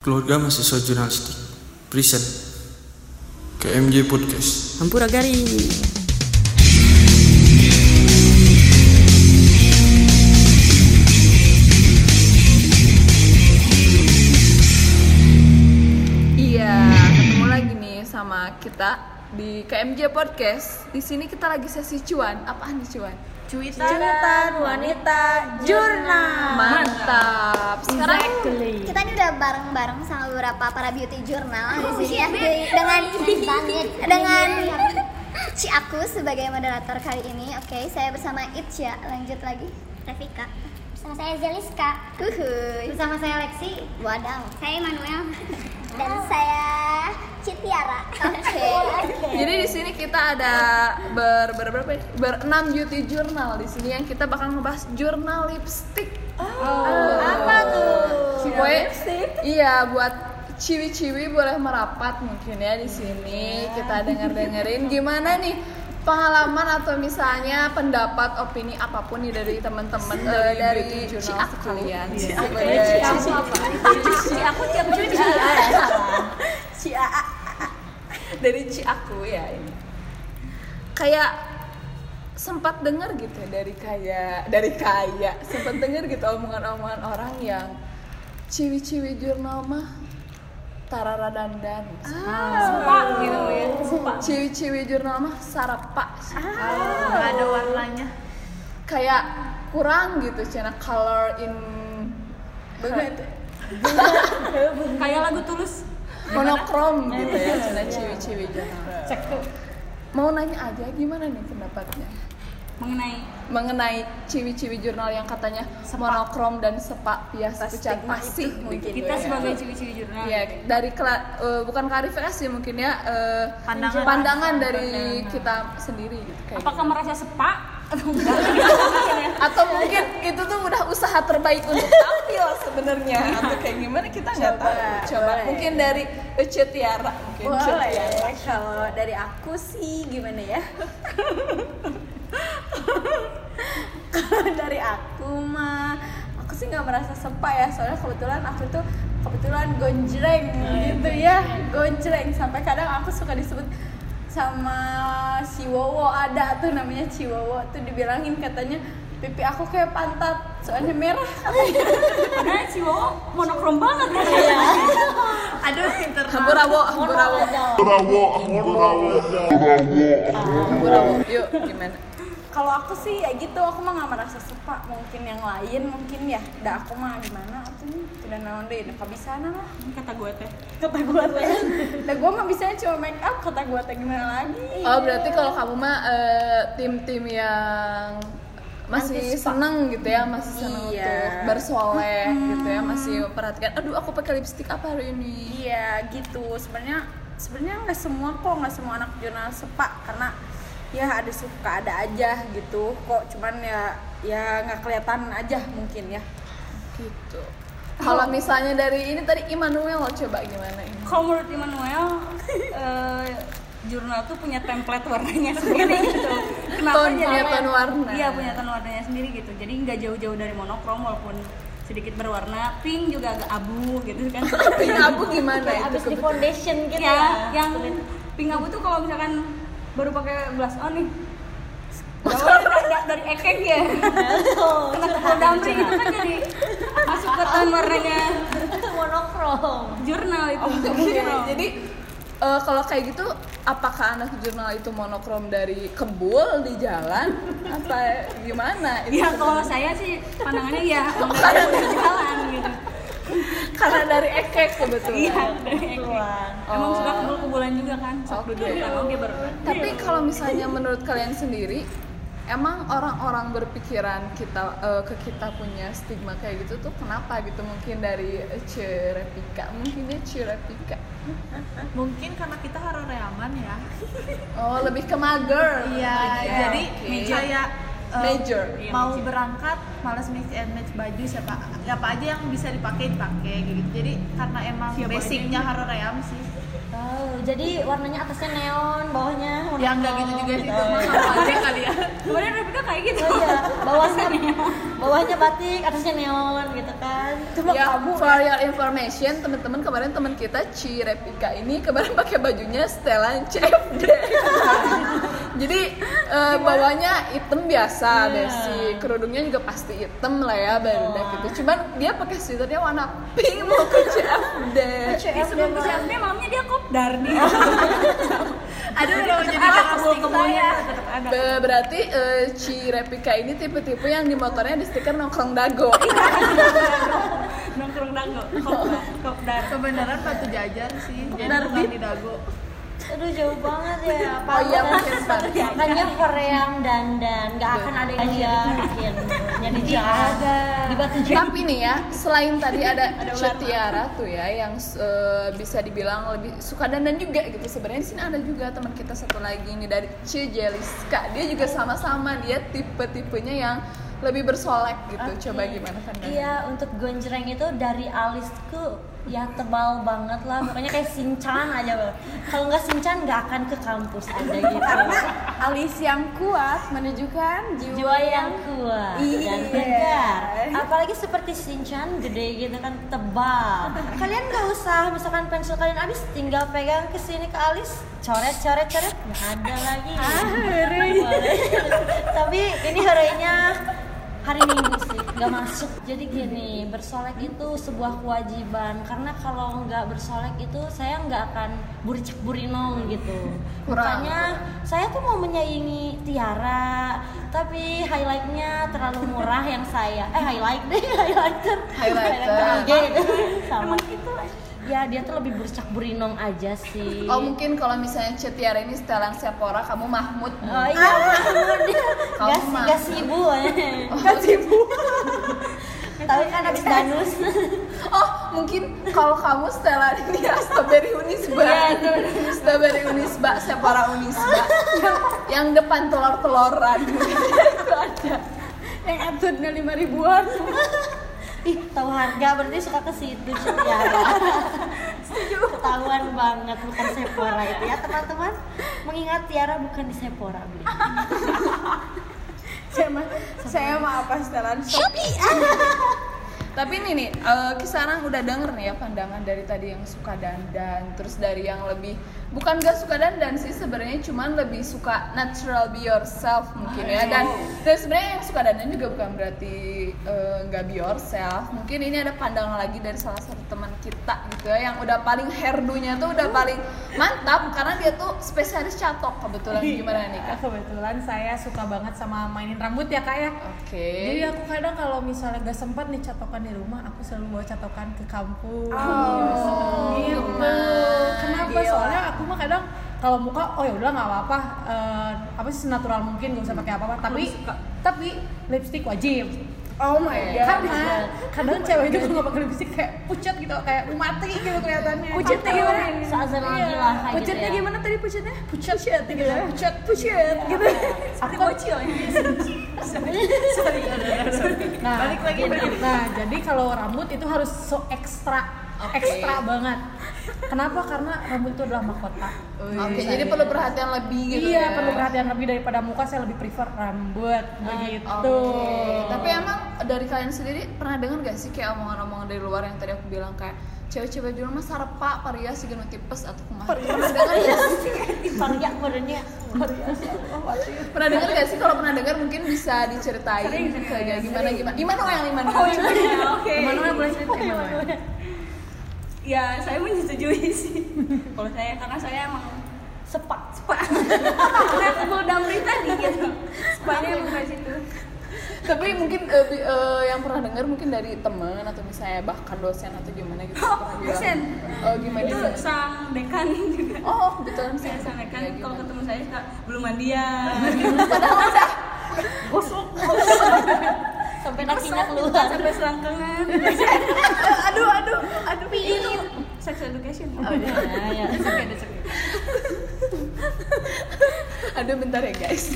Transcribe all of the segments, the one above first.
Keluarga Mahasiswa Jurnalistik Present KMJ Podcast Hampura Garing. Iya, ketemu lagi nih sama kita di KMJ Podcast. Di sini kita lagi sesi cuan. Apaan nih cuan? Cuitan wanita jurnal. Mantap. Sekarang Kita ini udah bareng-bareng sama beberapa para beauty journal di sini ya. Dengan Ci aku sebagai moderator kali ini. Oke, saya bersama Itya. Lanjut lagi. Rafika. Bersama saya Zeliska. Bersama saya Lexi. Wadaw. Saya Manuel. Dan saya Citiara. Oke. jadi di sini kita ada berenam beauty journal di sini yang kita bakal ngebahas jurnal lipstick. Apa tuh? Iya, buat ciwi-ciwi boleh merapat mungkin ya di sini. Kita dengerin gimana nih pengalaman atau misalnya pendapat, opini apapun nih dari teman-teman dari beauty journal kalian. Dari Ci aku ya ini. Kayak sempat dengar gitu ya dari kaya sempat dengar gitu omongan-omongan orang yang ciwi-ciwi jurnal mah tarara dandan, Sepak gitu ya. ciwi-ciwi jurnal mah sarapa, Nggak ada warnanya. kayak kurang gitu cina color in Kayak lagu Tulus. monokrom gitu ya cina ciwi-ciwi jurnal. Cek tuh Mau nanya aja gimana nih pendapatnya mengenai ciwi-ciwi jurnal yang katanya monokrom dan sepak bias pucat pasti mungkin kita ya. sebagai ciwi-ciwi jurnal. Ya, dari bukan klarifikasi mungkin ya Pandangan dari kita sendiri gitu, kayak Apakah merasa sepak? atau mungkin itu tuh udah usaha terbaik untuk tampil sebenarnya atau kayak gimana kita nggak tahu. Coba mungkin dari Tiara mungkin Boleh, kalau dari aku sih gimana ya? Kalau dari aku mah, aku sih nggak merasa sepa ya, soalnya kebetulan aku tuh gonjreng gitu ya, gonjreng sampai kadang aku suka disebut sama si Wowo, ada tuh namanya si Wowo tuh dibilangin katanya pipi aku kayak pantat soalnya merah. Padahal si Wowo monokrom banget kan ya. Aduh, pinter. Hamburawo. Yuk gimana? Kalau aku sih ya gitu, aku mah nggak merasa sepa. Mungkin yang lain mungkin ya, dah aku mah gimana atuh tidak naon deh, kabisana lah. Kata gue teh. Dah gue mah bisanya cuma make up, kata gue teh gimana lagi. Oh berarti kalau kamu mah tim-tim yang masih seneng gitu ya, masih seneng untuk bersoleh gitu ya, masih memperhatikan. Aduh aku pakai lipstik apa hari ini? Iya gitu. Sebenarnya nggak semua anak jurnal sepak, karena ya ada suka ada aja gitu kok, cuman ya nggak kelihatan aja mungkin ya Gitu. Kalau misalnya dari ini tadi Immanuel, coba gimana ini? Kalau menurut Immanuel, jurnal tuh punya template warnanya sendiri gitu. Punya ton warna. Iya, punya ton warnanya sendiri gitu. Jadi nggak jauh-jauh dari monokrom, walaupun sedikit berwarna. Pink juga agak abu gitu kan. Pink abu gimana itu? Abis di foundation gitu Ya, yang pink abu tuh kalau misalkan baru pakai blush on nih, dari ekek ya, kena tepul damri itu kan jadi masuk ke ton warnanya monokrom. jurnal itu. Jadi kalau kayak gitu, apakah anak jurnal itu monokrom dari kebul di jalan apa gimana? Ya kalau saya sih pandangannya ya dari jalan gitu. Karena dari ekek kebetulan. Iya, dari ekek. Emang suka kebul-kebulan juga kan, sok duduk kan, oke baru. Tapi kalau misalnya menurut kalian sendiri, emang orang-orang berpikiran kita kita punya stigma kayak gitu tuh kenapa gitu? Mungkin dari Cerepika, Mungkin karena kita harareaman ya. Oh, lebih ke mager. Iya, jadi kayak major. mau berangkat malas mix and match baju apa aja yang bisa dipakai gitu. Jadi karena emang basicnya haraream sih. Oh, jadi warnanya atasnya neon, bawahnya warna Ya enggak gitu juga sih, gitu. cuma sama aja kali ya. Kemarin Rafika kayak gitu. Oh iya, bawahnya batik, atasnya neon gitu kan. Ya, for your information, teman-teman, kemarin teman kita Ci Repika ini kemarin pakai bajunya setelan CFD. Jadi bawahnya hitam biasa, basic. Kerudungnya juga pasti hitam lah ya, barudak gitu. Cuman dia pakai sweaternya warna pink mau ke CFD. Sebelum ke CFD malamnya dia kopdar nih. Aduh, kalau jadi saya. Berarti Ci Repika ini tipe-tipe yang di motornya di stiker nongkrong dago. Nongkrong dago, kopdar. kebenaran batu jajan sih, jadi bukan di dago. Aduh jauh banget ya. Oh iya, mungkin Makanya Koreang dandan, nggak akan ada yang bikin. Jadi ada di batu jajan. Tapi nih ya, selain tadi ada Tiara tuh ya yang bisa dibilang lebih suka dandan juga gitu. Sebenarnya di sini ada juga teman kita satu lagi nih dari Jeliska. Dia juga sama-sama, dia tipe-tipenya yang lebih bersolek gitu. Coba gimana pandangan? Iya, untuk gonjreng itu dari alisku ya tebal banget lah, pokoknya kayak Shinchan aja Bang. Kalau nggak Shinchan nggak akan ke kampus aja gitu. Karena alis yang kuat menunjukkan Jiwa yang kuat dan tegar. Apalagi seperti Shinchan gede gitu kan, tebal. Kalian nggak usah, misalkan pensil kalian habis, tinggal pegang ke sini ke alis, coret, nggak ada lagi. Boleh. Tapi ini harinya hari Minggu sih, nggak masuk. Jadi gini, bersolek itu sebuah kewajiban, karena kalau nggak bersolek itu saya nggak akan buricek burinong gitu. Makanya saya tuh mau menyaingi Tiara, tapi highlightnya terlalu murah yang saya highlighter gitu. Sama gitu ya, dia tuh lebih buricek burinong aja sih. Oh mungkin kalau misalnya Tiara ini setelan Sephora, kamu Mahmud. Oh iya, Mahmud. Gak sibuk. Tahu kan habis danus. Oh mungkin kalau kamu setelan ini ya Strawberry Unisba. Strawberry Unisba, Sephora Unisba. yang depan telur-teloran. Itu ada. yang atutnya 5.000-an. Ih, tahu harga berarti suka ke situ ya. Ketahuan banget, bukan Sephora itu ya teman-teman. Mengingat Tiara bukan di Sephora beli. saya mah apa setelan Shopee. Tapi ini nih, Kisarang udah denger nih ya pandangan dari tadi yang suka dandan, terus dari yang lebih bukan gak suka dandan sih sebenarnya, cuman lebih suka natural be yourself mungkin ya. Dan sebenarnya yang suka dandan juga bukan berarti gak be yourself. Mungkin ini ada pandangan lagi dari salah satu teman kita gitu ya, yang udah paling hairdo-nya tuh udah paling mantap karena dia tuh spesialis catok kebetulan. Gimana nih Kak? Kebetulan saya suka banget sama mainin rambut ya Kak ya. Oke. Jadi aku kadang kalau misalnya gak sempat nih catokan di rumah, aku selalu bawa catokan ke kampus. Gitu. Kenapa? Soalnya aku mah kadang kalau muka oh ya udah nggak apa-apa, apa sih senatural mungkin, gak usah pakai apa-apa. Tapi lipstick wajib. Oh my god. Karena kadang cewek itu nggak pakai lipstick kayak pucat gitu, kayak mati gitu kelihatannya. Pucatnya gimana? Seazan lagi lah kayak Pucatnya gitu ya. gimana tadi pucatnya? Pucat gitu ya. Pucat gitu. Aku bocil. Nah, balik lagi. Nah, jadi kalau rambut itu harus so ekstra banget. Kenapa? Karena rambut itu adalah mahkota. Oke, jadi perlu perhatian lebih gitu. Iya, ya. perlu perhatian lebih daripada muka. Saya lebih prefer rambut begitu. Oke. Tapi emang dari kalian sendiri pernah dengar gak sih kayak omongan-omongan dari luar yang tadi aku bilang kayak cewek-cewek di rumah sarpa, paria, sigeno tipes atau kumaha? Pernah dengar gak sih? Paria badannya. Pernah dengar gak sih? Kalau pernah dengar mungkin bisa diceritain kayak gimana. Immanuel. Oke. Gimana boleh cerita? Ya, saya menyetujui sih. Kalau saya, karena saya emang Sepak. kayak full damri tadi gitu. Sepanya emang dari situ. Tapi mungkin yang pernah dengar mungkin dari teman atau misalnya bahkan dosen atau gimana gitu. Pernah bilang. Dosen. Oh, gimana? Itu sang dekan juga. Oh, betul sih. Saya sang dekan kalau ketemu saya suka belum mandian. Padahal udah Gosok. Sampai kakinya keluar. Sampai selangkangan. aduh. Itu sex education. Oh iya. Aduh, bentar ya guys.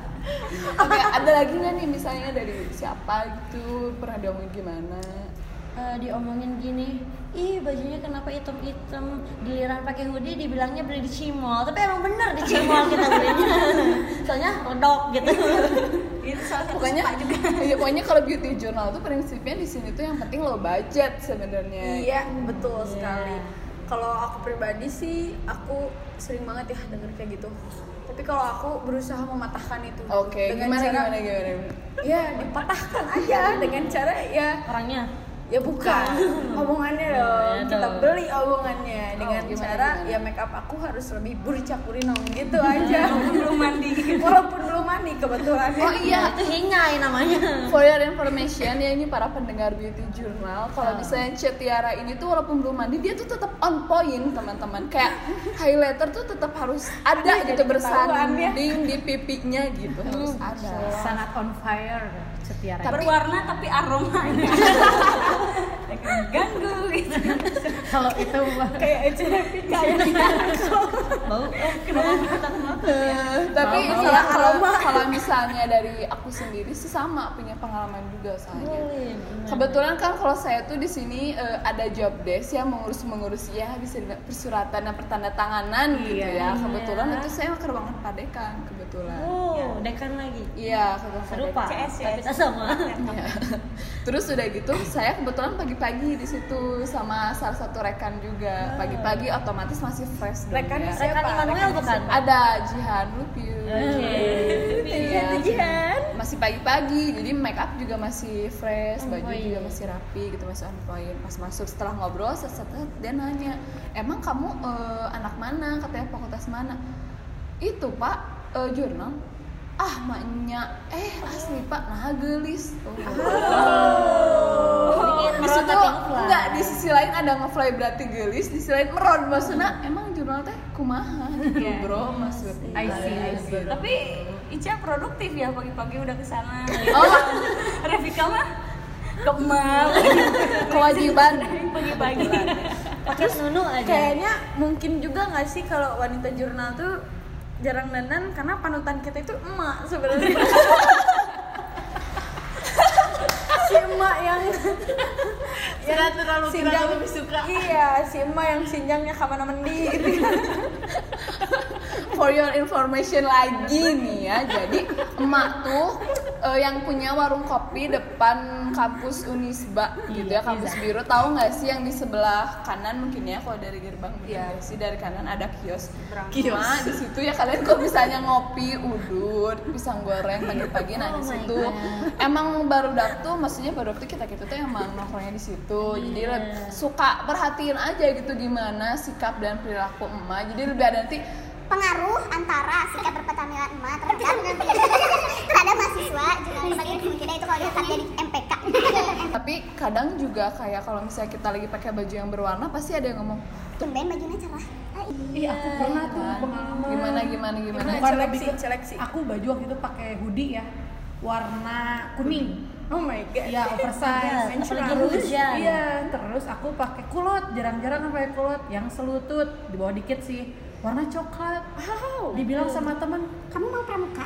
Oke, ada lagi nggak nih misalnya dari siapa gitu, pernah diomongin gimana? diomongin gini, ih bajunya kenapa hitam-hitam, giliran pakai hoodie dibilangnya beli di Cimol, tapi emang bener di Cimol kita belinya, soalnya redok gitu. Itu salah satu Pokoknya spa juga. ya, pokoknya kalau beauty journal tuh prinsipnya di sini tuh yang penting low budget sebenarnya. Iya, betul sekali. Kalau aku pribadi sih, aku sering banget ya denger kayak gitu. Tapi kalau aku berusaha mematahkan itu. Oke, dengan gimana? Ya, dipatahkan aja dengan cara ya Orangnya ya bukan omongannya dong, ya kita dong. beli omongannya dengan gimana, cara gimana? ya make up aku harus lebih buricak-burinong gitu aja. Belum mandi. Walaupun belum mandi kebetulan. Oh iya, itu hinyai namanya. for your information ya, ini para pendengar beauty journal, kalau misalnya Cia Tiara ini tuh walaupun belum mandi dia tuh tetap on point teman-teman, kayak highlighter tuh tetap harus ada gitu bersanding di pipinya gitu, harus ada. Sangat on fire Setiara. Berwarna tapi aromanya ganggu gitu. Kalau itu Kayak Ejepika ya. Bau Tapi ya kalau misalnya dari aku sendiri sih sama punya pengalaman juga soalnya. Kebetulan kan kalau saya tuh di sini ada job desk ya, mengurus ya bisa dibilang persuratan dan pertandatanganan gitu ya. Kebetulan itu saya ke ruangan Pak Dekan kebetulan. Oh, dekan lagi. Iya, ke ruangan Pak Serupa, Dekan. tapi tak sama. Iya. Terus udah gitu saya kebetulan pagi-pagi di situ sama salah satu rekan juga. Pagi-pagi otomatis masih fresh dong Rekan ya. siapa? Rekan Immanuel bukan? Ada Jihan Lupiu. Iya. Jihan. Masih pagi-pagi, jadi make up juga masih fresh, baju juga masih rapi gitu, masih on point. Pas masuk setelah ngobrol, dia nanya, emang kamu anak mana? Katanya fakultas mana? Itu Pak, jurnal. Ah maknya, asli Pak, nah gelis. Di situ enggak, di sisi lain ada ngefly berarti gelis, di sisi lain meron maksudnya emang jurnal teh kumaha gitu bro maksudnya. I see. Tapi Ica produktif ya pagi-pagi udah kesana. Oh, Revika mah ke mall kewajiban. pagi-pagi. Pakai nunu aja. Kayaknya mungkin juga nggak sih kalau wanita jurnal tuh jarang dandan karena panutan kita itu emak sebenarnya. Si emak yang terlalu lebih suka. Iya, si emak yang sinjangnya kamana mendi gitu. For your information lagi nih ya, jadi emak tuh yang punya warung kopi depan kampus Unisba gitu ya, kampus biru. Tahu nggak sih yang di sebelah kanan mungkin ya, kalau dari gerbang ya sih dari kanan ada kios. Nah di situ ya kalian kalau misalnya ngopi udut pisang goreng pagi-pagi, nah di situ emang baru tuh maksudnya baru tuh kita tuh emang nongkrongnya di situ. Jadi suka perhatiin aja gitu gimana sikap dan perilaku emak. Jadi udah nanti Pengaruh antara sikap berpertanian emak terhadap mahasiswa jurnalis bagi kemungkinan itu kalau diangkat jadi MPK. tapi kadang juga kayak kalau misalnya kita lagi pakai baju yang berwarna pasti ada yang ngomong Tumben bajunya cerah. Iya, aku pernah tuh pengalaman. gimana Bukan lebih ke seleksi. Aku baju waktu itu pakai hoodie ya, warna kuning. Oh my god. Iya, oversize. Apalagi hujan. Iya, terus aku pakai kulot, jarang-jarang pakai kulot yang selutut, di bawah dikit sih. Warna coklat. Wow. Dibilang sama teman, Kamu mau pramuka?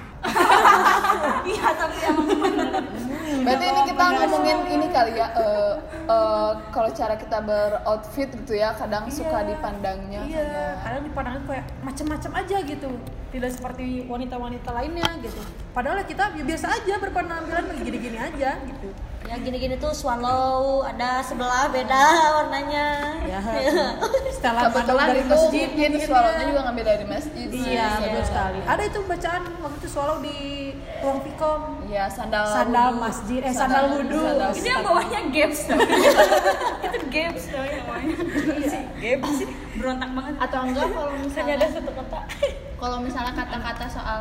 Iya tapi emang bener. berarti ini kita ngomongin ini kali ya, kalau cara kita beroutfit gitu ya kadang suka dipandangnya iya, kadang dipandangnya kayak macam-macam aja gitu. Tidak seperti wanita-wanita lainnya gitu. Padahal kita ya biasa aja berpenampilan gini-gini aja gitu. Ya gini-gini tuh swallow, ada sebelah beda warnanya. Ya. Setelah kebetulan dari itu masjid mungkin gitu suaranya ya. juga ngambil dari masjid sih. Iya, betul sekali. Ada itu bacaan waktu itu swallow di ruang Vkom. Iya, sandal wudu. masjid, sandal wudu. Sandal Itu yang bawahnya gaps dong. Itu gaps dong yang bawahnya. Gaps sih. Berontak banget. Atau enggak kalau Hanya misalnya ada satu kata. kalau misalnya kata-kata soal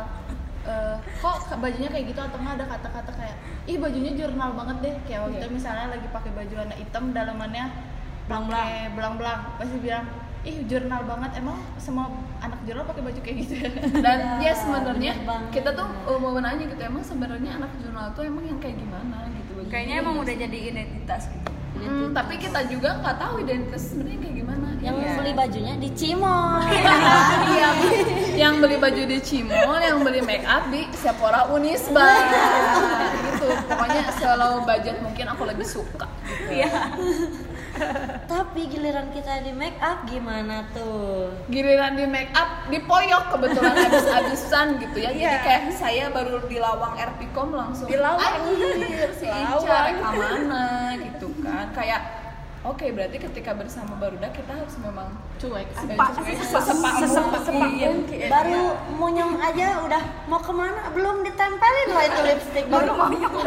kok bajunya kayak gitu, atau enggak ada kata-kata kayak ih bajunya jurnal banget deh, kayak waktu itu misalnya lagi pakai baju warna hitam dalamannya pakai belang-belang, pasti bilang ih jurnal banget. Emang semua anak jurnal pakai baju kayak gitu ya? Dan ya sebenarnya kita tuh mau nanya gitu, emang sebenarnya anak jurnal tuh emang yang kayak gimana gitu. Kayaknya emang udah jadi identitas gitu. Tapi kita juga nggak tahu identitas sebenarnya kayak gimana. Yang beli bajunya di Cimol. Iya, yang beli baju di Cimol, yang beli make up di Sephora Unisba. Gitu. Pokoknya selalu budget mungkin aku lebih suka. Iya. Tapi giliran kita di make up gimana tuh? Giliran di make up dipoyok kebetulan habis-habisan gitu ya. Jadi kayak saya baru di lawang RPcom langsung anjir si Ica reka mana gitu kan. Kayak oke, berarti ketika bersama Barudak kita harus memang Cuek. sesepak Baru mau nyong aja udah mau kemana belum ditempelin loh itu lipstick. Baru mau nyong.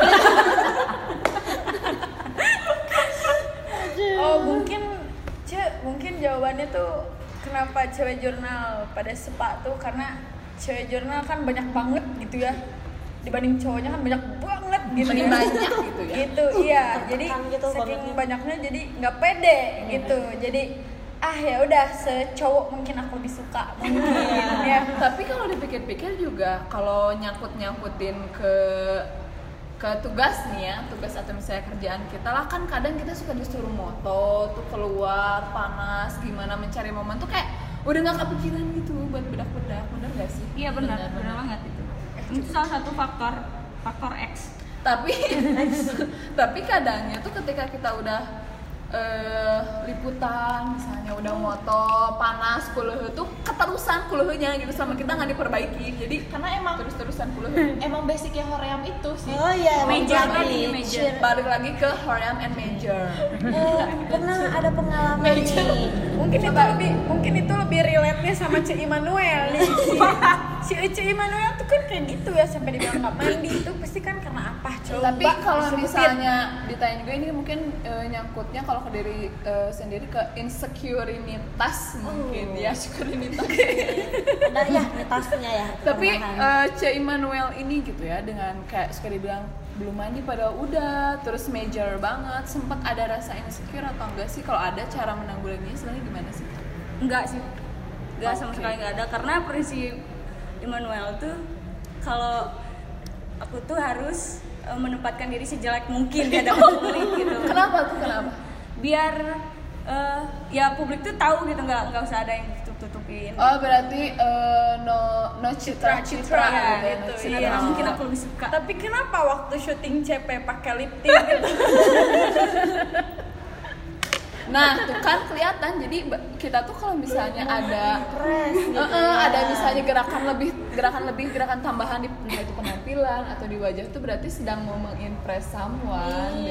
Oh mungkin jawabannya tuh kenapa cewek jurnal pada sepak tuh karena cewek jurnal kan banyak banget gitu ya dibanding cowoknya kan banyak banget gitu ya. banyak gitu ya. Gitu iya jadi gitu saking bangetnya. banyaknya jadi nggak pede gitu jadi ya udah secowok mungkin aku lebih suka mungkin ya. Tapi kalau dipikir-pikir juga kalau nyangkutin ke tugas nih ya, tugas atau misalnya kerjaan kita lah kan kadang kita suka disuruh moto tuh keluar panas gimana mencari momen tuh kayak udah nggak kepikiran gitu buat bedak-bedak, benar gak sih? Iya benar banget itu. Itu salah satu faktor X. Tapi kadangnya tuh ketika kita udah liputan misalnya udah moto panas kuleuh tuh keterusan kuleuhnya gitu sama kita nggak diperbaiki jadi Karena emang terus-terusan kuleuh. emang basicnya hoream itu sih. Oh iya, Major lagi. major. Balik lagi ke hoream and major. Pernah ada pengalaman nih. mungkin itu lebih relate-nya sama Cik Immanuel nih. Si Cik Immanuel tuh kan kayak gitu ya sampai dibilang nggak mandi itu pasti kan karena apa coba. Tapi kalau misalnya ditanya gue ini mungkin nyangkutnya kalau ke diri sendiri ke insecuritas mungkin ya insecuritas. Ada ya mitasnya ya. Tapi pertengahan. Cik Immanuel ini gitu ya dengan kayak suka dibilang belum mandi pada udah terus major banget sempat ada rasa insecure atau enggak sih? Kalau ada cara menanggulanginya sebenarnya gimana sih? Enggak sih. Enggak sama Oke. sekali enggak ada karena prinsip Immanuel tuh kalau aku tuh harus menempatkan diri sejelek mungkin di hadapan publik gitu. Kenapa tuh? Kenapa? Biar ya publik tuh tahu gitu nggak usah ada yang tutupin. Oh berarti no citra Ya, gitu. gitu. Iya, mungkin aku lebih suka. Tapi kenapa waktu syuting CP pakai lip tint gitu? Nah tuh kan kelihatan jadi kita tuh kalau misalnya ada ada misalnya gerakan tambahan di entah itu penampilan atau di wajah tuh berarti sedang mau mengimpress someone.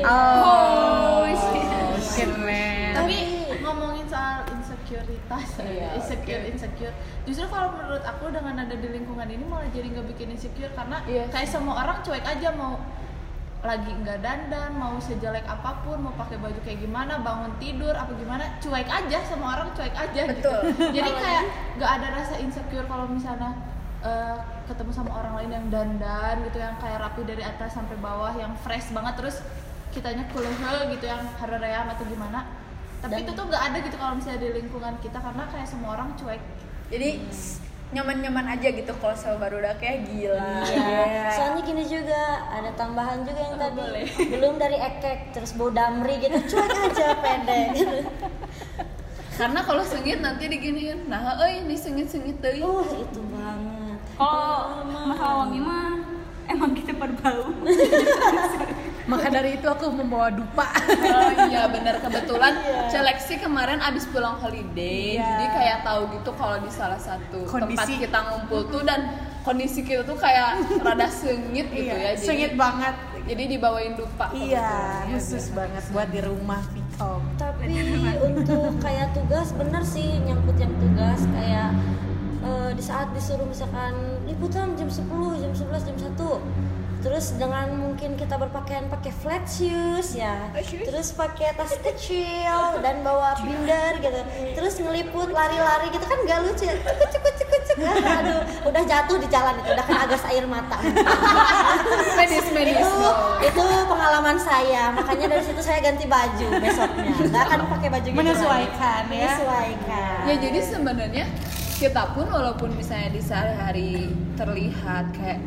Shit man. Tapi ngomongin soal insecuritas, insecure. Justru kalau menurut aku dengan ada di lingkungan ini malah jadi nggak bikin insecure karena kayak semua orang cuek aja mau lagi nggak dandan, mau sejelek apapun, mau pakai baju kayak gimana, bangun tidur apa gimana, cuek aja, semua orang cuek aja. Betul. Gitu. Jadi kayak nggak ada rasa insecure kalau misalnya ketemu sama orang lain yang dandan gitu, yang kayak rapi dari atas sampai bawah, yang fresh banget, terus kitanya kuleuh gitu, yang hareream atau gimana. Tapi itu tuh nggak ada gitu kalau misalnya di lingkungan kita karena kayak semua orang cuek. Jadi nyaman-nyaman aja gitu kalau sama Barudak kayak gila. Iya. Soalnya gini juga ada tambahan juga yang tadi belum dari ekek terus bau damri gitu cuek aja pede gitu. Karena kalau sengit nanti diginiin, nah ini sengit-sengit deh. Itu banget. Kalau masalah wangi mah emang kita berbau. Maka dari itu aku membawa dupa. Oh iya benar, kebetulan seleksi kemarin abis pulang holiday, jadi kayak tahu gitu kalau di salah satu tempat kita ngumpul tuh dan kondisi kita tuh kayak rada sengit gitu ya. Jadi, Sengit banget. Jadi dibawain dupa. Iya, khusus banget buat di rumah Vicom. Tapi untuk kayak tugas bener sih nyangkut yang tugas kayak di saat disuruh misalkan liputan jam 10, jam 11, jam 1 terus dengan mungkin kita berpakaian pakai flat shoes ya, terus pakai tas kecil dan bawa binder gitu, terus ngeliput lari-lari gitu kan nggak lucu, cuk, aduh udah jatuh di jalan itu udah kena gas air mata. Medis. Itu pengalaman saya, makanya dari situ saya ganti baju besoknya, nggak akan pakai baju gitu. Menyesuaikan ya. Menyesuaikan. Ya jadi sebenarnya kita pun walaupun misalnya di sehari-hari terlihat kayak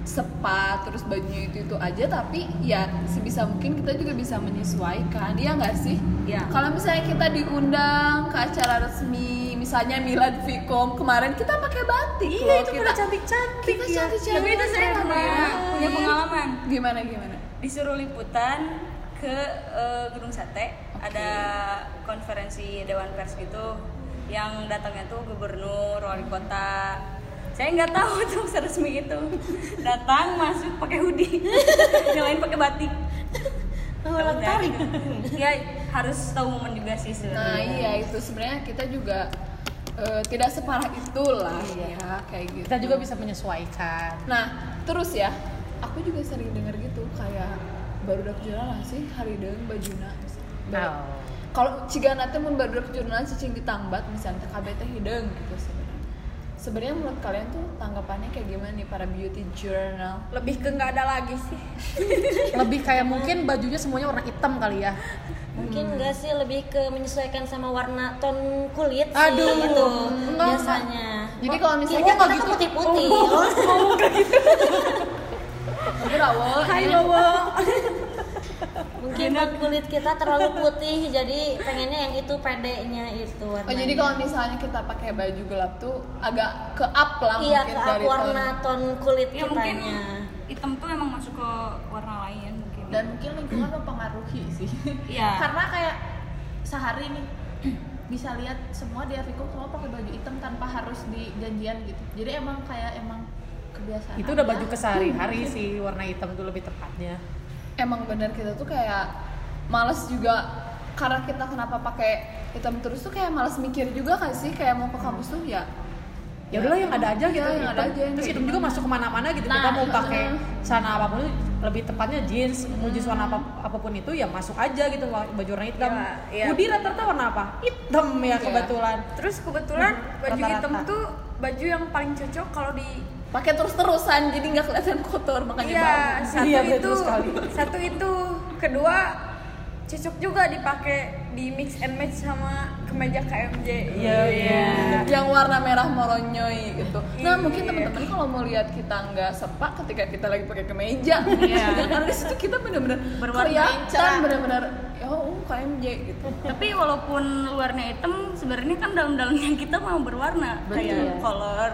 sepa terus bajunya itu aja, tapi ya sebisa mungkin kita juga bisa menyesuaikan, ya nggak sih? Iya. Kalau misalnya kita diundang ke acara resmi, misalnya Milad Vkom kemarin kita pakai batik. Iya, itu pada cantik-cantik. Kita ya. cantik-cantik. Tapi itu saya punya pengalaman. Gimana? Disuruh liputan ke Gedung Sate. Ada konferensi Dewan Pers gitu, yang datangnya tuh gubernur, wali kota. Saya nggak tahu tuh seresmi itu. Datang masuk pakai hoodie, yang lain pakai batik. Tertarik. Ya harus tahu momen juga sih sebenarnya. Nah iya, itu sebenarnya kita juga tidak separah itulah ya kayak gitu. Kita juga bisa menyesuaikan. Nah terus ya, aku juga sering denger gitu kayak barudak jurnal sih harideung bajuna. Kalau cigana teh mun barudak jurnal cicing ditangbat misalnya TKB teh hideung gitu sebenarnya. Sebenarnya menurut kalian tuh tanggapannya kayak gimana nih para beauty journal? Lebih ke nggak ada lagi sih. Lebih kayak mungkin bajunya semuanya warna hitam kali ya. Mungkin enggak sih, lebih ke menyesuaikan sama warna ton kulit sih. Aduh, gitu enggak. biasanya. Jadi kalau misalnya kita kita kan gitu putih-putih. Hai Wowo. Mungkin kulit kita terlalu putih, jadi pengennya yang itu pedenya itu warnanya. Oh jadi kalau misalnya kita pakai baju gelap tuh agak ke up lah iya, mungkin ke up dari warna ton kulit Ya mungkin kitanya. hitam tuh emang masuk ke warna lain mungkin. Dan mungkin lingkungan mempengaruhi sih. Iya. Karena kayak sehari nih bisa lihat semua di Avico semua pakai baju hitam tanpa harus di janjian gitu. Jadi emang kebiasaan. Itu udah baju kesehari-hari sih, warna hitam itu lebih tepatnya. Emang bener kita tuh kayak males juga, karena kita kenapa pakai hitam terus tuh kayak males mikir juga kan sih, kayak mau ke kampus tuh ya Udahlah yang ada aja gitu. yang ada aja. Terus hitam juga masuk kemana-mana gitu. Nah, Kita mau pakai celana apapun, lebih tepatnya jeans, mau jeans warna apapun itu ya masuk aja gitu, baju warna hitam. Iya. Hoodie rata-rata warna apa? Hitam ya kebetulan. Terus kebetulan baju Rata-rata. hitam tuh baju yang paling cocok kalau di pakai terus-terusan jadi nggak kelihatan kotor, makanya iya bagus. satu Iya, itu betul sekali. satu itu kedua cocok juga dipakai di mix and match sama kemeja KMJ. Iya. Yang warna merah moronyoy gitu. Nah Iya. mungkin teman-teman kalau mau lihat kita nggak sepak ketika kita lagi pakai kemeja, Iya. ya karena di situ kita benar-benar Berwarna kelihatan cerah. benar-benar KMJ gitu. Tapi walaupun luarnya hitam, sebenarnya kan dalam-dalamnya kita mau berwarna kayak kolor,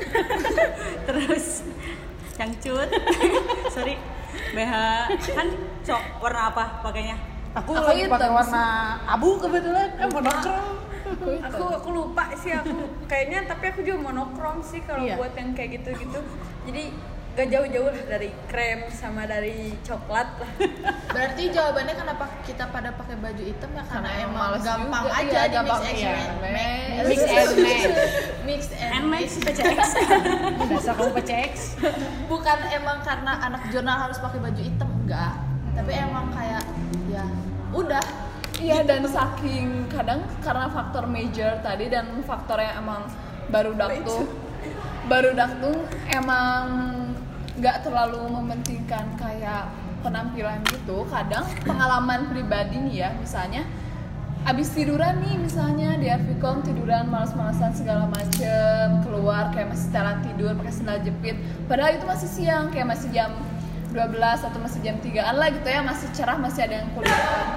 terus cangcut, sorry, BH kan warna apa pakainya? Aku Aku lagi hitam pakai sih. warna abu kebetulan, monokrom. Aku lupa sih aku kayaknya, tapi aku juga monokrom sih kalau Iya. buat yang kayak gitu-gitu. Jadi gak jauh-jauh lah dari krem sama dari coklat lah. Berarti jawabannya kenapa kita pada pakai baju hitam ya karena emang males gampang juga, aja iya, di gampang, mix iya. and Mix and match. mix and NMAX, match. PCX. Dasar kamu PCX. Bukan emang karena anak jurnal harus pakai baju hitam, enggak. Tapi emang kayak ya udah. Iya, dan saking kadang karena faktor major tadi dan faktor yang emang barudak tuh emang nggak terlalu mementingkan kayak penampilan gitu. Kadang pengalaman pribadi nih ya, misalnya abis tiduran nih, misalnya di Avikom tiduran malas-malasan segala macem, keluar kayak masih setelan tidur pakai sandal jepit, padahal itu masih siang, kayak masih jam 12 atau masih jam 3-an lah gitu ya, masih cerah, masih ada yang kuliah.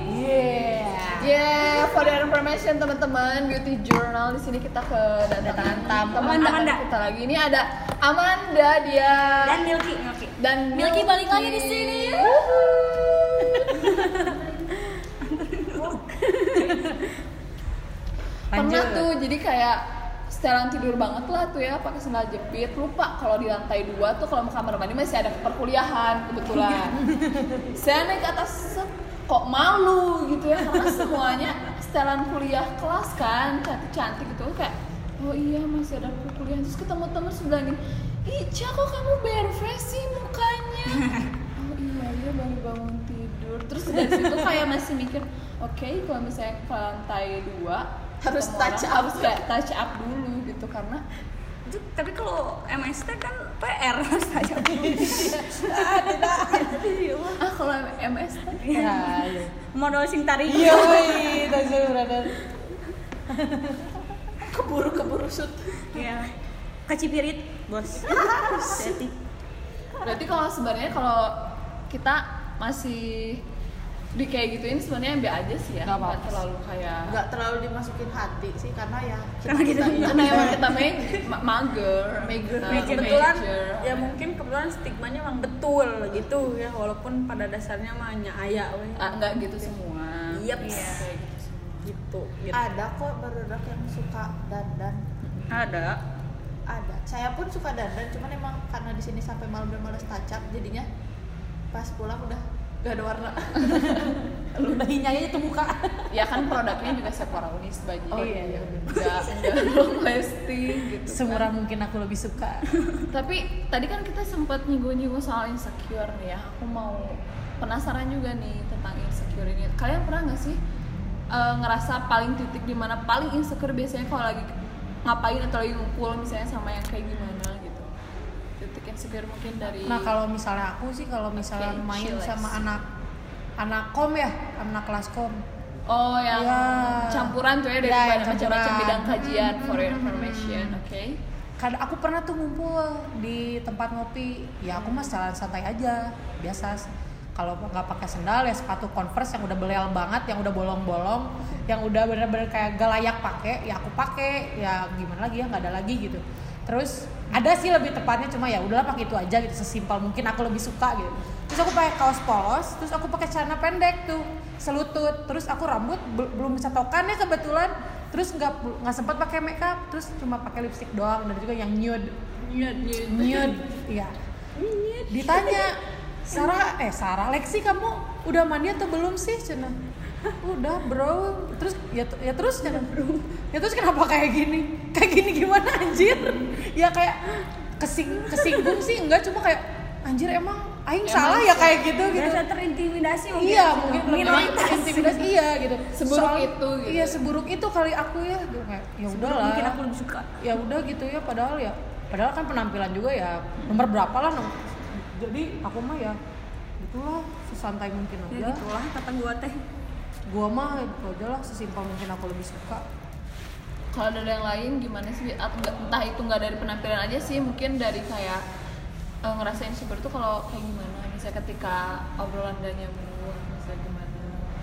Yeah, for your information teman-teman, beauty journal di sini kita kedatangan teman Amanda. kita lagi. Ini ada Amanda, dia Dan Milky. Milky balik lagi di sini. Pernah tuh, jadi kayak setelan tidur banget lah tuh ya, pakai sandal jepit, lupa kalau di lantai 2 tuh kalau mau kamar mandi masih ada perkuliahan kebetulan. Saya naik ke atas set, kok malu gitu ya, karena semuanya setelan kuliah kelas kan, cantik-cantik gitu, kayak oh iya masih ada perkuliahan. Terus ketemu temen sebelah nih, Ica kok kamu bare-face sih mukanya. Oh iya, dia baru bangun tidur. Terus dari situ kayak masih mikir, oke, kalau misalnya ke lantai 2 Harus ketemu touch orang, up. harus kayak touch up dulu gitu, karena Tapi kalau MST kan PR saja. kalau MS Ya, iya. Modal sing tarik. Yoi, tasnya brother. keburu shoot. Iya. Kacipirit, bos. Setik. Berarti kalau sebenarnya kalau kita masih di kayak gituin sebenarnya biar aja sih ya, nggak terlalu kayak nggak terlalu dimasukin hati sih karena ya karena emang kita mager. Kebetulan ya mungkin kebetulan stigmanya emang betul gitu ya, walaupun pada dasarnya mah aya nggak gitu semua. Yep. Iya. Gitu. Ada kok barudak yang suka dandan. Ada. Saya pun suka dandan, cuman emang karena di sini sampai malam udah males touch up, jadinya pas pulang udah gak ada warna. Ludahinya aja tuh muka. Ya kan produknya juga Sephora-unis baju. Oh iya. Enggak long lasting gitu. Semurah mungkin aku lebih suka. Tapi tadi kan kita sempat nyinggung-nyinggung soal insecure nih ya. Aku mau penasaran juga nih tentang insecure ini. Kalian pernah nggak sih ngerasa paling titik di mana paling insecure biasanya kalau lagi ngapain atau lagi ngumpul misalnya sama yang kayak gimana gitu? Titik insecure mungkin dari. Nah kalau misalnya aku sih kalau misalnya main sama anak kom ya, anak kelas kom. Oh yang campuran tuh ya dari macam-macam bidang kajian for your information, oke? Kadang aku pernah tuh ngumpul di tempat ngopi, ya aku mah jalan santai aja, biasa. Kalau nggak pakai sendal ya sepatu Converse yang udah belel banget, yang udah bolong-bolong, yang udah bener-bener kayak gak layak pakai, ya aku pakai, ya gimana lagi ya, nggak ada lagi gitu. Terus ada sih lebih tepatnya, cuma ya udahlah pakai itu aja gitu, sesimpel mungkin aku lebih suka gitu. Terus aku pakai kaos polos, terus aku pakai celana pendek tuh selutut, terus aku rambut belum bisa tokan ya kebetulan, terus nggak sempat pakai makeup, terus cuma pakai lipstick doang dan juga yang nude, iya. Ditanya Sarah, Lexi kamu udah mandi atau belum sih? Cina, udah bro. Terus terus Cina, terus kenapa kayak gini? Kayak gini gimana anjir? Ya kayak kesinggung sih enggak, cuma kayak anjir emang aing salah ya kayak gitu. Biasa terintimidasi mungkin. Iya mungkin terintimidasi gitu. Seburuk itu gitu. Iya seburuk itu kali aku ya. Kayak ya udahlah. Mungkin aku lebih suka. Ya udah gitu ya, padahal kan penampilan juga ya nomor berapa lah jadi aku mah ya itulah sesantai mungkin aja. Ya gitulah kata gua teh. Gua mah itu aja lah, sesimpel mungkin aku lebih suka. Kalau dari yang lain gimana sih? Entah itu nggak dari penampilan aja sih, mungkin dari kayak ngerasain super tuh kalau kayak gimana? Misalnya ketika obrolan gak nyambung, misalnya gimana?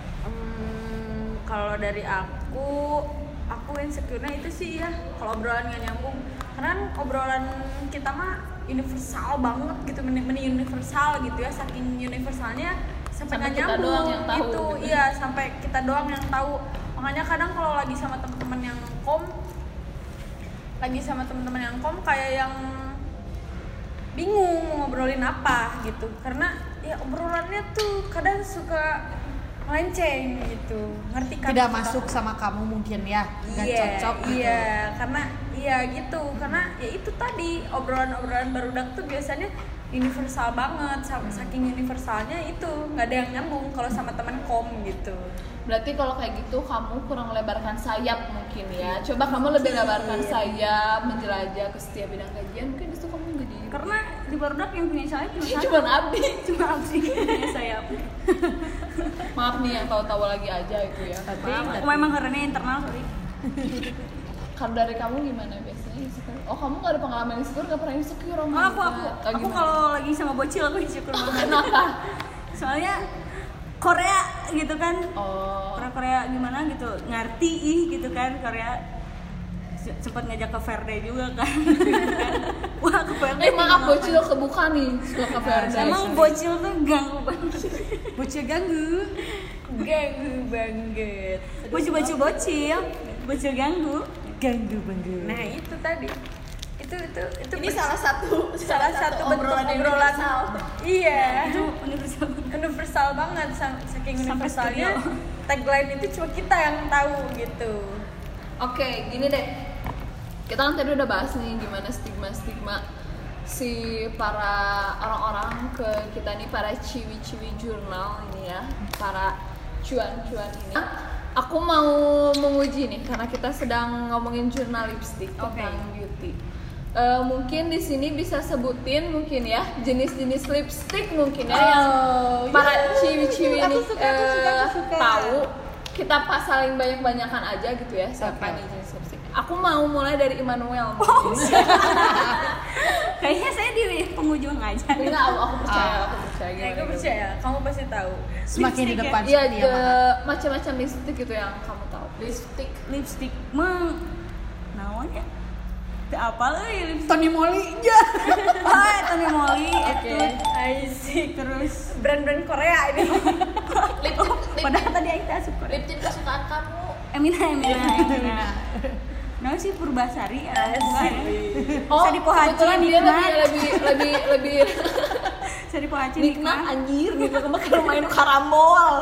Kalau dari aku insecure-nya itu sih ya kalau obrolan gak nyambung, karena obrolan kita mah universal banget gitu, meni universal gitu ya, saking universalnya sampai nggak nyambung gitu. Iya, sampai kita doang yang tahu. Makanya kadang kalau lagi sama teman-teman yang kayak yang bingung mau ngobrolin apa gitu, karena ya obrolannya tuh kadang suka melenceng gitu, ngerti kan? Tidak masuk sama kamu mungkin ya, nggak cocok gitu. Iya, karena iya gitu, karena ya itu tadi obrolan barudak tuh biasanya universal banget, saking universalnya itu nggak ada yang nyambung kalau sama teman kom gitu. Berarti kalau kayak gitu kamu kurang melebarkan sayap mungkin ya. Coba kamu lebih lebarkan sayap, menjelajah ke setiap bidang kajian, mungkin disitu kamu jadi. Karena di barudak yang punya sayap cuma Abdi punya sayap. Maaf nih yang tahu-tahu lagi aja itu ya. Tapi memang karena internal, sorry. Kalau dari kamu gimana biasanya insecure? Oh kamu nggak ada pengalaman insecure, nggak pernah insecure? Aku kalau lagi sama bocil aku insecure banget. Kenapa? Soalnya Korea gitu kan. Oh. Korea gimana gitu, ngerti gitu kan Korea. Sempat ngajak ke Verde juga kan. Wah ke Verde. Maaf bocil kebuka nih suka ke Verde. Emang bocil tuh ganggu banget. Bocil ganggu banget. Bocil ganggu banget. Nah itu tadi. Itu ini salah satu obrolan iya itu universal banget, saking universalnya tagline itu cuma kita yang tahu gitu. Oke, gini deh, kita kan tadi udah bahas nih gimana stigma si para orang-orang ke kita nih, para ciwi-ciwi jurnal ini ya, para cuan-cuan ini. Aku mau menguji nih karena kita sedang ngomongin jurnal lipstick tentang beauty. Mungkin di sini bisa sebutin mungkin ya jenis-jenis lipstick mungkin ya yang para ciwi-ciwi ini tahu kita saling banyak-banyakan aja gitu ya siapa nih jenis lipstick. Aku mau mulai dari Immanuel. Kayaknya saya di penghujung aja. Enggak, aku percaya. Aku percaya, kamu pasti tahu. Semakin di depan Iya, seperti apa? macam-macam lipstick gitu yang kamu tahu. Lipstick naonnya? Teu apal euy lipstick. Tony Moly ya. Tony Moly itu. Asik. Terus Brand-brand Korea ini. padahal tadi Aita suka. Lip tint kesukaan kamu. Emina. Nah sih Purbasari ya. Oh, Sadi Pohaci kebetulan dia nikmat. lebih Sadi Pohaci nikmat anjir gitu kemarin main karambol.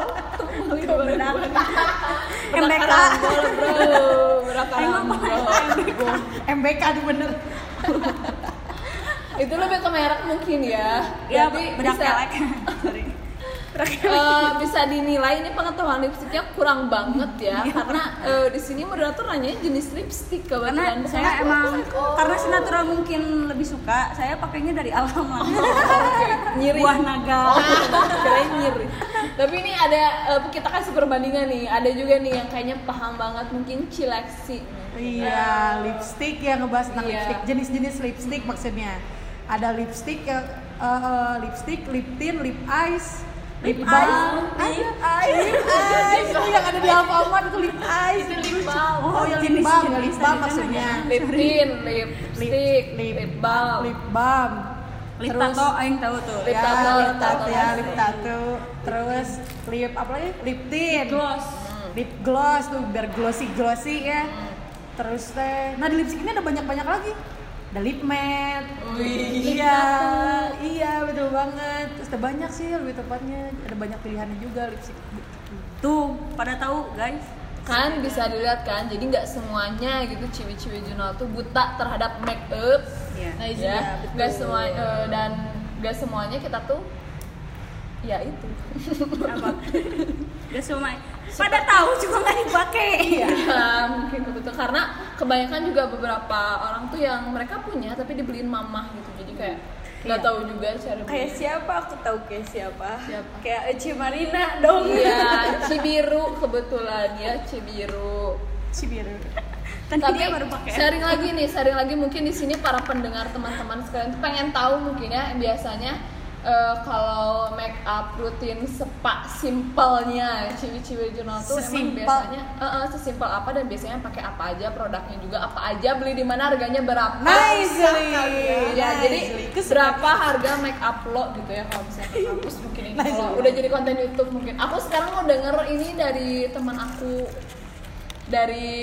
MBK. Karambol, bro. Karambol. MBK tuh bener. Itu lebih ke merek mungkin ya. Ya, Berarti bedak bisa kelek. Sorry. bisa dinilai ini pengetahuan lipstiknya kurang banget ya karena di sini moderator nanya jenis lipstik Karena kebetulan saya emang karena si natural mungkin lebih suka, saya pakainya dari alam lah. nyiri Buah naga. kirain nyiri. Tapi ini ada kita kasih perbandingan nih. Ada juga nih yang kayaknya paham banget mungkin Cileksi. Iya, lipstick yang ngebahas tentang Iya. lipstick, jenis-jenis lipstick maksudnya. Ada lipstick yang lipstick, lip tint, lip eyes, lip balm, lip eyes. Itu yang ada di Alfamart itu lip eyes. Lip balm. Oh, ya lip balm, ya lip balm maksudnya. Lip tint, lipstick, lip balm. Lip balm. Lip Terus- tato aing tahu tuh. Lip Ya, tato, lip tato ya, tato. lip tato. Terus lip apa lagi? Lip tint. Gloss. Lip gloss tuh biar glossy ya. Terus teh, nah di lipstick ini ada banyak lagi. Ada lip matte. Iya, betul banget. Terus ada banyak sih lebih tepatnya. Ada banyak pilihannya juga lipstick. Tuh, pada tahu guys. Kan bisa dilihat kan, jadi nggak semuanya gitu ciwi-ciwi jurnal tuh buta terhadap make up. Iya. Nah, ya, nggak semua dan nggak semuanya kita tuh ya itu. Apa? Gak semua. Pada tahu cuma nggak dipakai. Ya, mungkin betul karena kebanyakan juga beberapa orang tuh yang mereka punya tapi dibeliin mamah gitu. Jadi kayak nggak tahu juga cara Kayak siapa? Aku tahu kayak siapa. Siapa? Kayak Eci Marina dong. Iya, Cibiru kebetulan ya, Cibiru. Cibiru. Tadi Tapi dia baru pakai. sharing lagi mungkin di sini para pendengar teman-teman sekalian tuh pengen tahu mungkin ya biasanya kalau make up rutin simpelnya ciwi-ciwi jurnal tuh emang biasanya sesimpel apa dan biasanya pakai apa aja produknya juga apa aja beli di mana harganya berapa ya jadi berapa harga make up lo gitu ya kalau misalnya ke kampus mungkin ini kalau udah jadi konten YouTube mungkin aku sekarang mau denger ini dari teman aku dari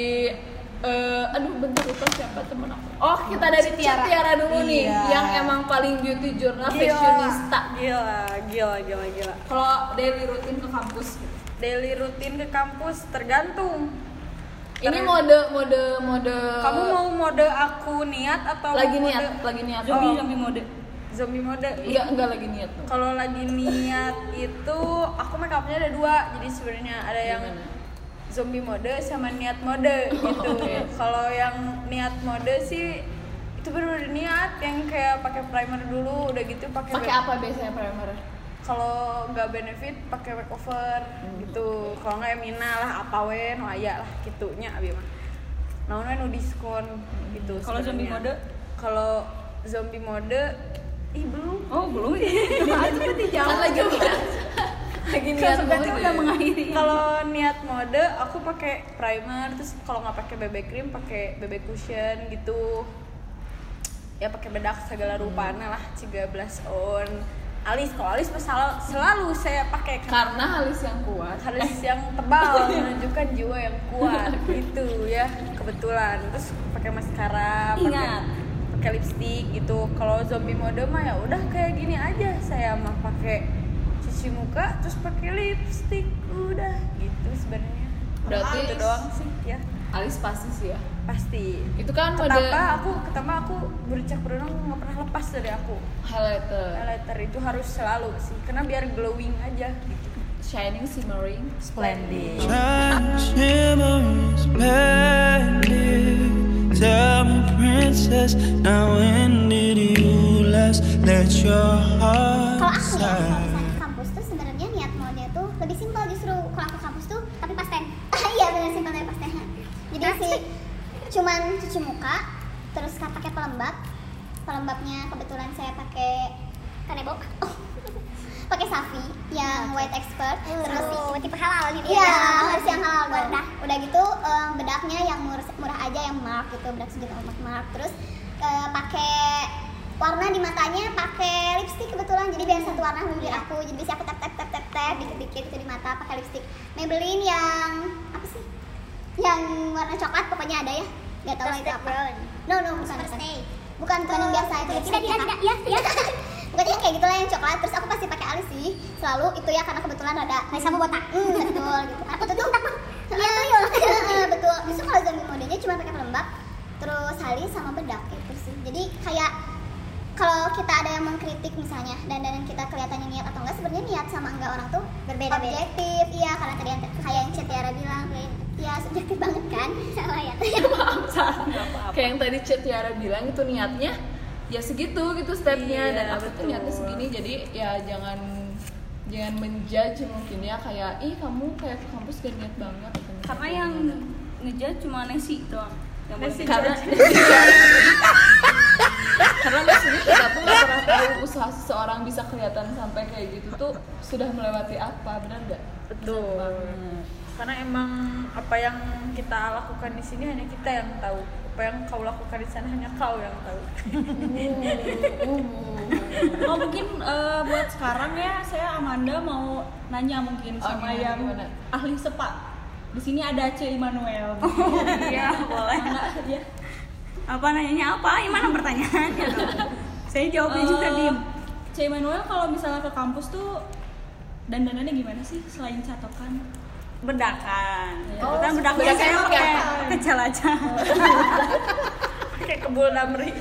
aduh bentar lupa siapa temen aku. Oh kita dari Tiara dulu nih, yang emang paling beauty journal fashionista. Gila. Kalau daily rutin ke kampus, gitu. Daily rutin ke kampus tergantung. Ini mode. Kamu mau mode aku niat atau lagi mau niat, mode lagi niat. Zombie mode. zombie mode? Enggak lagi niat tuh. Kalau lagi niat itu aku make upnya ada dua, jadi sebenarnya ada yang zombie mode sama niat mode gitu. Kalau yang niat mode sih itu bener-bener niat yang kayak pakai primer dulu, udah gitu pakai Apa biasanya primer? kalau nggak benefit pakai makeover gitu. Kalau nggak Emina lah apa we no aya lah gitunya abi mah. Naon we nu diskon gitu. Kalau zombie mode? Kalau zombie mode belum. Oh belum ya? Itu berarti jauh. Kan lagi niat. Lagi niat Berarti mode. udah mengakhiri. Kalau niat mode aku pakai primer, terus kalau nggak pakai BB cream pakai BB cushion gitu. Ya pakai bedak segala rupanya lah, ciga blush on. Alis, kalau alis selalu saya pakai Karena alis yang kuat. alis yang tebal menunjukkan jiwa yang kuat gitu ya, kebetulan. Terus pakai maskara, pakai lipstick gitu. Kalau zombie mode mah ya udah kayak gini aja, saya mah pakai cuci muka terus pakai lipstick udah gitu sebenarnya. Berarti itu doang sih ya, alis pasti sih ya. pasti. Itu kan mode Ketambah aku bercak berenang nggak pernah lepas dari aku. Highlighter itu harus selalu sih, karena biar glowing aja gitu. shining, shimmering. Splendid. Shimmering, splendid. Tell me, princess, now when did you last let your heart Kalau aku ya, kalau sigh? misalnya ke kampus tuh sebenarnya niat mode tuh lebih simpel justru. Kalau aku ke kampus tuh tapi pas masih cuman cuci muka, terus pakai pelembabnya kebetulan saya pakai Kanebo, pakai Safi yang white expert, terus tipe halal gitu ya, harus yang halal dong. Udah gitu bedaknya yang murah aja, yang Mark gitu, bedak sejuta Mark. Terus pakai warna di matanya, pakai lipstick kebetulan, jadi biar satu warna bibir aku, jadi bisa aku tap dikit-dikit gitu di mata pakai lipstick Maybelline yang apa sih? Yang warna coklat pokoknya ada ya, nggak tahu itu apa. No bukan yang biasa itu. Tidak ya. Pokoknya kayak gitulah yang coklat. Terus aku pasti pakai alis sih, selalu itu ya, karena kebetulan ada sama botak. Betul gitu. Aku tuh takut. Iya betul. Justru kalau zombie modenya cuma pakai pelembab, terus alis sama bedak gitu sih. Jadi kayak kalau kita ada yang mengkritik misalnya dandanan kita kelihatannya niat atau enggak, sebenarnya niat sama enggak orang tuh berbeda objektif. Iya, karena tadi kayak yang Tiara bilang, ya subjektif banget kan. Salah ya. Kayak yang tadi Tiara bilang itu niatnya ya segitu gitu stepnya, dan aku tuh niatnya segini, jadi ya jangan menjudge mungkin ya, kayak ih kamu kayak ke kampus gak niat banget gitu. Karena yang ngejudge cuma Nesi doang. Karena Mbak sendiri kita tuh nggak pernah tahu usaha seseorang bisa kelihatan sampai kayak gitu tuh sudah melewati apa, benar nggak? Betul. Karena emang apa yang kita lakukan di sini hanya kita yang tahu. Apa yang kau lakukan di sana hanya kau yang tahu. Oh mungkin buat sekarang ya, saya Amanda mau nanya mungkin sama yang ahli sepak. Di sini ada C. Immanuel. Oh iya, boleh. Ya. Apa nanyanya apa? Gimana pertanyaannya? Saya jawabnya juga diem. C. Immanuel kalau misalnya ke kampus tuh dandanannya gimana sih selain catokan? Bedakan. Ya. Bedaknya saya pakai celana. Kayak kebul damri.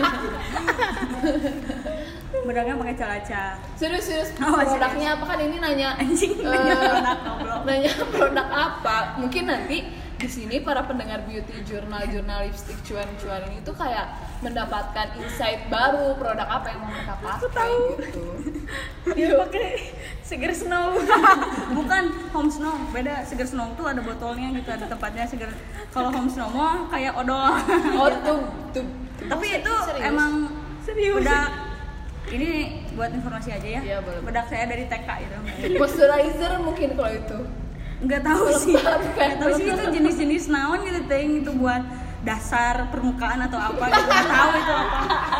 Bedaknya pakai celana. Serius. Produknya apa kan ini nanya anjing nanya produk apa? Mungkin nanti di sini para pendengar beauty jurnal lipstick cuan-cuan ini tuh kayak mendapatkan insight baru produk apa yang mau mereka pakai gitu. Dia pakai Seger Snow. Bukan Home Snow, beda. Seger Snow tuh ada botolnya gitu, ada tempatnya Seger. Kalau Home Snow mah kayak odol. Oh tuh. Tapi itu serius? Emang serius. Bedak ini buat informasi aja ya. Iya, boleh. Bedak saya dari TK itu. Moisturizer mungkin kalau itu. Enggak tahu sih. Enggak tahu sih itu jenis-jenis naon gitu ting, itu buat dasar permukaan atau apa gitu. Enggak tahu itu apa.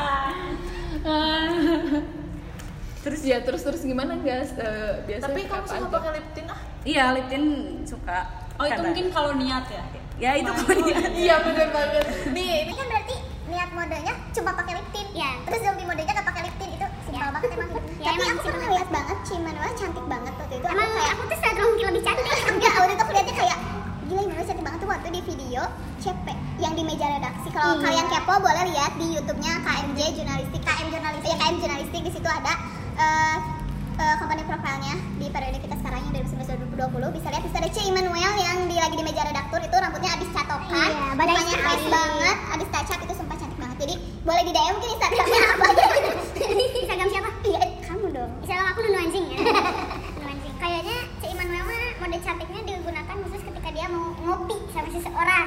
Terus gimana guys? Biasanya tapi kamu suka pakai lip tint ah? Iya, lip tint suka. Oh itu mungkin kalau niat ya? Ya itu kalau niat. Iya bener banget. Nih ini kan berarti niat modenya cuma pakai lip tint. Ya. Terus zombie modenya nggak pakai lip tint, itu simpel banget emang. Ya, tapi aku pernah lihat banget C. Immanuel cantik banget waktu itu. Emang kayak aku tuh sadar mungkin lebih cantik. Enggak, waktu itu aku lihatnya kayak gila, Immanuel cantik banget tuh waktu di video CP yang di meja redaksi. Kalau kalian kepo boleh lihat di YouTube-nya KM Jurnalistik. Ya KM Jurnalistik, di situ ada company profile-nya di periode kita sekarang yang 2019-2020. Bisa lihat di situ ada C. Immanuel yang lagi di meja redaktur, itu rambutnya abis catokan, badannya fresh banget, abis touch up, itu sumpah cantik banget. Jadi boleh di DM mungkin Instagramnya apa. Instagram siapa? Iya, kamu dong. Instagram aku Nunu Anjing ya. Nunu Anjing. Kayaknya C. Immanuel mah mode cantiknya digunakan khusus ketika dia mau ngopi sama seseorang.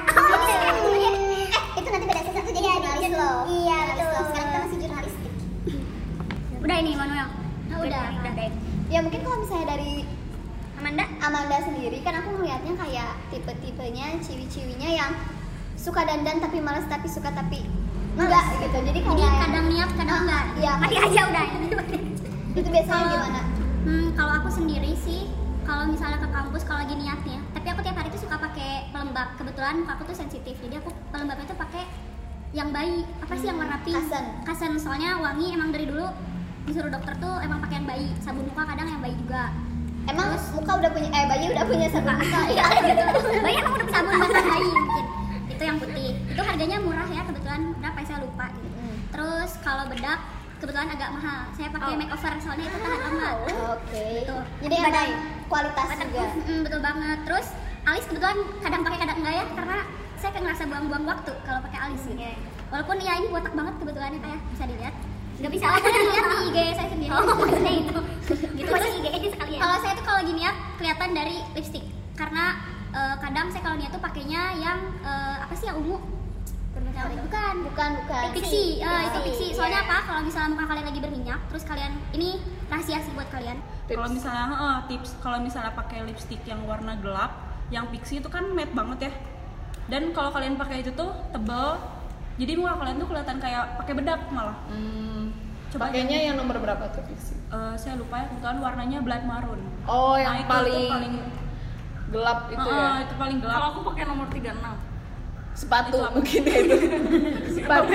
Itu nanti beda season tuh jadi jurnalis loh. Iya, betul. Sekarang kita masih jurnalistik. Udah ini Immanuel. Udah deh. Ya mungkin kalau misalnya dari Amanda sendiri, kan aku ngeliatnya kayak tipe-tipenya ciwi-ciwinya yang suka dandan tapi malas, tapi suka tapi enggak gitu. Jadi kadang niat kadang enggak. Iya, mati aja udah. Itu biasanya gimana? Kalau aku sendiri sih, kalau misalnya ke kampus kalau lagi niatnya, tapi aku tiap hari tuh suka pakai pelembab. Kebetulan aku tuh sensitif, jadi aku pelembabnya tuh pakai yang bayi. Apa sih yang warna pink? Kasen. Soalnya wangi, emang dari dulu disuruh dokter tuh emang pakai yang bayi. Sabun muka kadang yang bayi juga. Emang terus, muka udah punya bayi udah punya sabun muka. Iya gitu. Bayi emang udah punya sabun muka bayi mungkin. Itu yang putih. Itu harganya murah ya, kebetulan berapa ya saya lupa gitu. Terus kalau bedak kebetulan agak mahal. Saya pakai makeover soalnya itu tahan lama. Oke. Gitu. Jadi ada kualitas juga. Betul banget. Terus alis kebetulan kadang pakai kadang enggak ya, karena saya kayak ngerasa buang-buang waktu kalau pakai alis gitu. Walaupun ya ini botak banget kebetulan ya, kayak bisa dilihat. Gak bisa lah, lihat di IG saya sendiri. Maksudnya itu. Gitu. Terus IG aja sekalian. Kalau saya tuh kalau lagi niat kelihatan dari lipstick, karena kadang saya kalau niat tuh pakainya yang apa sih yang ungu? Bukan. Pixi. Itu pixi. Soalnya apa? Kalau misalnya muka kalian lagi berminyak, terus kalian ini rahasia sih buat kalian. Kalau misalnya tips, kalau misalnya pakai lipstick yang warna gelap, yang pixi itu kan matte banget ya. Dan kalau kalian pakai itu tuh tebal, jadi muka kalian tuh kelihatan kayak pakai bedak malah. Pakainya yang nomor berapa tuh pixi? Saya lupa ya, kebetulan warnanya blood maroon. Oh, Nah, yang itu paling gelap itu ya. Itu paling gelap. Kalau aku pakai nomor 36. Sepatu mungkin ya itu. Sepatu.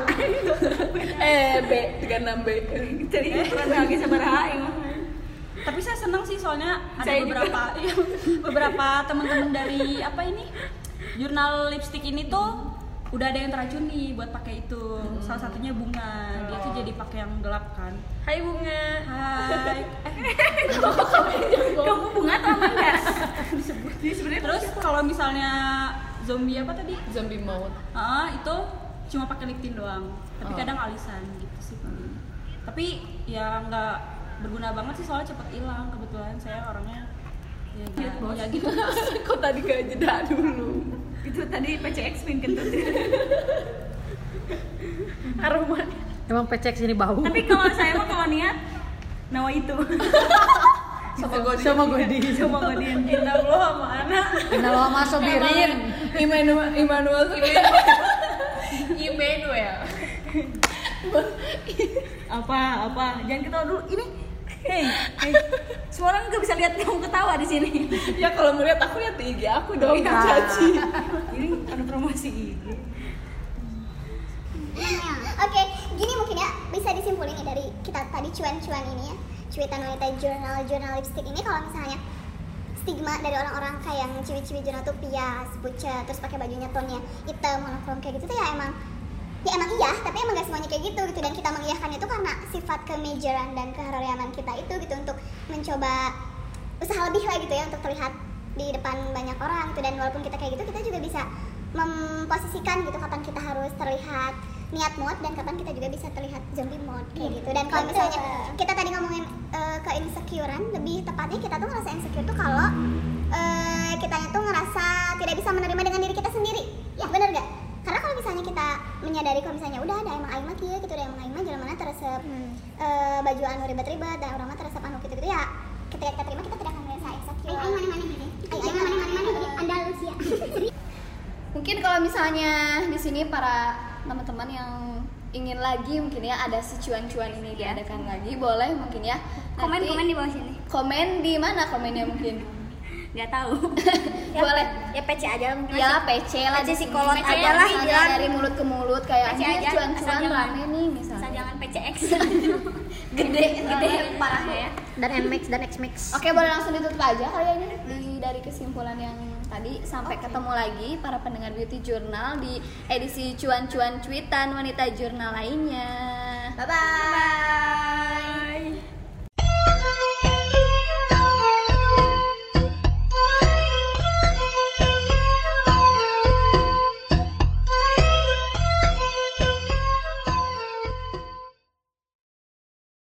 B 36B. Jadi ukuran lagi sabaraha emang. Tapi saya senang sih soalnya ada beberapa teman-teman dari apa ini jurnal lipstick ini tuh udah ada yang teracun nih buat pakai itu. Salah satunya Bunga, dia tuh jadi pakai yang gelap kan. Hai Bunga. Hai. Kamu Bunga atau Amanda? Sebenarnya Terus kalau misalnya zombie apa tadi? Zombie mode. Itu cuma pakai lip tint doang. Tapi kadang alisan gitu sih paling. Tapi ya nggak berguna banget sih soalnya cepet hilang. Kebetulan saya orangnya ya gitu. Kok tadi gak jeda dulu? itu tadi PCX pin kentut. Aroma. Emang PCX ini bau. Tapi kalau saya mah kalau niat nawa itu. Sama Godin. Cinta lo sama anak. Kenal sama Sobirin. Immanuel tuh Immanuel. Apa? Jangan ketawa dulu. Ini. Hey. Semua orang nggak bisa lihat kamu ketawa di sini. Ya kalau mau lihat aku lihat di IG aku dong, caci. Ini ada promosi IG. Oke, gini mungkin ya bisa disimpulin nih dari kita tadi cuan-cuan ini ya, cuitan wanita jurnal lipstick ini. Kalau misalnya stigma dari orang-orang kayak yang ciwi-ciwi jurnal tuh pias, pucat, terus pakai bajunya tone-nya hitam, monokrom kayak gitu tuh ya emang iya, tapi emang gak semuanya kayak gitu. Dan kita mengiyakan itu karena sifat kemajoran dan keharriaman kita itu gitu, untuk mencoba usaha lebih lah gitu ya, untuk terlihat di depan banyak orang gitu. Dan walaupun kita kayak gitu, kita juga bisa memposisikan gitu kapan kita harus terlihat niat mode dan kapan kita juga bisa terlihat zombie mode kayak gitu. Dan kalau misalnya kita tadi ngomongin ke insecurean, lebih tepatnya kita tuh ngerasa insecure tuh kalau kitanya tuh ngerasa tidak bisa menerima dengan diri kita sendiri. Ya bener gak? Karena kalau misalnya kita menyadari kalau misalnya udah ada emang aing mah kieu gitu, ada emang aing mah jalan mana teresep baju anu ribet-ribet dan orang mah teresep anu gitu ya, ketika kita terima kita tidak akan merasa insecure. Aing mana-mana gini. Aing mana-mana gini. Andalusia. Mungkin kalau misalnya di sini para teman-teman yang ingin lagi mungkin ya ada si cuan-cuan ini diadakan lagi, boleh mungkin ya Komen di bawah sini. komen di mana komennya mungkin Nggak tahu. boleh Ya PC aja mungkin. ya PC lah PC di sini. psikolog Misalnya aja lah, misalnya bilang. dari mulut ke mulut kayak PC ini aja, cuan-cuan asal jangan- rame nih misalnya Jangan PCX. gede parahnya ya. Dan Nmax dan Xmax. Oke, boleh langsung ditutup aja kali ya ini dari kesimpulan yang tadi. Sampai ketemu lagi para pendengar Beauty Journal di edisi cuan-cuan cuitan wanita jurnal lainnya. Bye bye.